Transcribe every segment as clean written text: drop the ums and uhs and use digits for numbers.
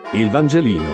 Il Vangelino.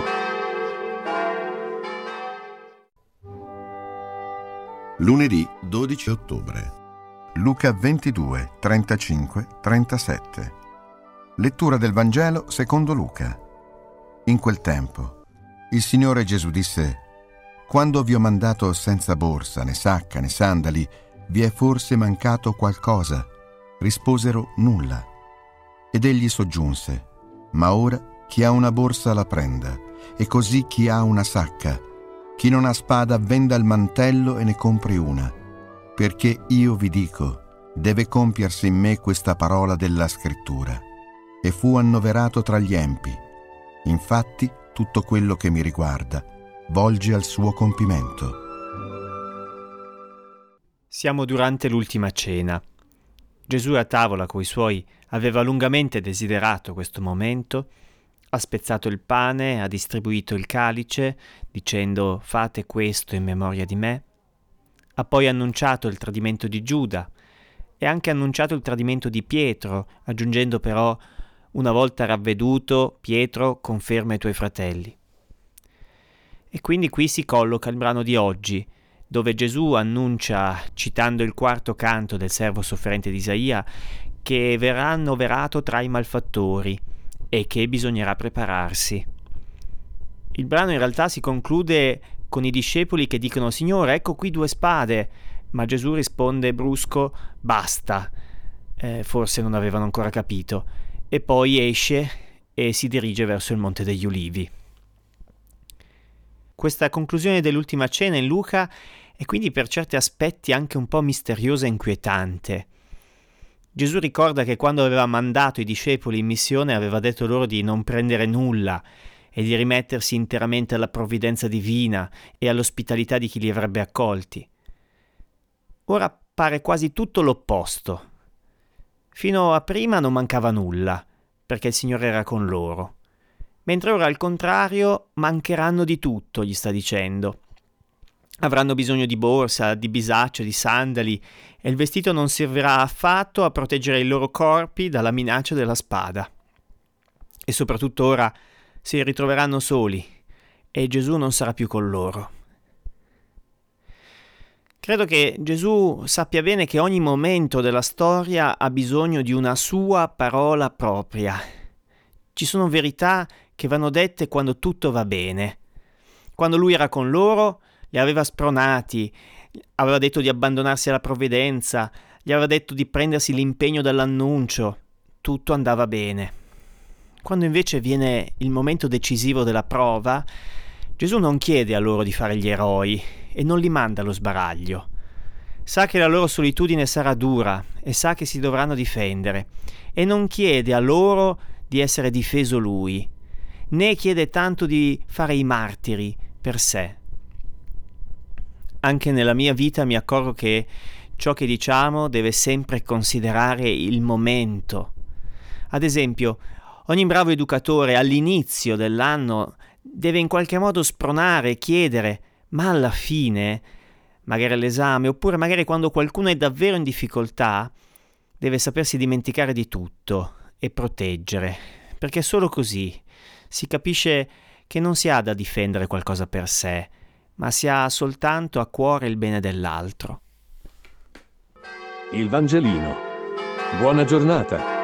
Lunedì 12 ottobre. Luca 22, 35, 37. Lettura del Vangelo secondo Luca. In quel tempo, il Signore Gesù disse: «Quando vi ho mandato senza borsa, né sacca, né sandali, vi è forse mancato qualcosa?» Risposero: «Nulla». Ed egli soggiunse: «Ma ora chi ha una borsa la prenda, e così chi ha una sacca. Chi non ha spada venda il mantello e ne compri una. Perché io vi dico, deve compiersi in me questa parola della Scrittura. E fu annoverato tra gli empi. Infatti, tutto quello che mi riguarda volge al suo compimento». Siamo durante l'ultima cena. Gesù a tavola coi suoi aveva lungamente desiderato questo momento. Ha spezzato il pane, ha distribuito il calice, dicendo: «Fate questo in memoria di me». Ha poi annunciato il tradimento di Giuda e anche annunciato il tradimento di Pietro, aggiungendo però: «Una volta ravveduto, Pietro, conferma i tuoi fratelli». E quindi qui si colloca il brano di oggi, dove Gesù annuncia, citando il quarto canto del servo sofferente di Isaia, che verrà annoverato tra i malfattori e che bisognerà prepararsi. Il brano in realtà si conclude con i discepoli che dicono: «Signore, ecco qui 2 spade», ma Gesù risponde brusco: «Basta». Forse non avevano ancora capito. E poi esce e si dirige verso il Monte degli Ulivi. Questa conclusione dell'ultima cena in Luca è quindi per certi aspetti anche un po' misteriosa e inquietante. Gesù ricorda che quando aveva mandato i discepoli in missione aveva detto loro di non prendere nulla e di rimettersi interamente alla provvidenza divina e all'ospitalità di chi li avrebbe accolti. Ora pare quasi tutto l'opposto. Fino a prima non mancava nulla, perché il Signore era con loro. Mentre ora al contrario mancheranno di tutto, gli sta dicendo. Avranno bisogno di borsa, di bisaccio, di sandali, e il vestito non servirà affatto a proteggere i loro corpi dalla minaccia della spada. E soprattutto ora si ritroveranno soli e Gesù non sarà più con loro. Credo che Gesù sappia bene che ogni momento della storia ha bisogno di una sua parola propria. Ci sono verità che vanno dette quando tutto va bene. Quando lui era con loro, li aveva spronati, aveva detto di abbandonarsi alla provvidenza, gli aveva detto di prendersi l'impegno dall'annuncio. Tutto andava bene. Quando invece viene il momento decisivo della prova, Gesù non chiede a loro di fare gli eroi e non li manda allo sbaraglio. Sa che la loro solitudine sarà dura e sa che si dovranno difendere, e non chiede a loro di essere difeso lui, né chiede tanto di fare i martiri per sé. Anche nella mia vita mi accorgo che ciò che diciamo deve sempre considerare il momento. Ad esempio, ogni bravo educatore all'inizio dell'anno deve in qualche modo spronare e chiedere, ma alla fine, magari all'esame, oppure magari quando qualcuno è davvero in difficoltà, deve sapersi dimenticare di tutto e proteggere, perché solo così si capisce che non si ha da difendere qualcosa per sé, ma si ha soltanto a cuore il bene dell'altro. Il Vangelino. Buona giornata.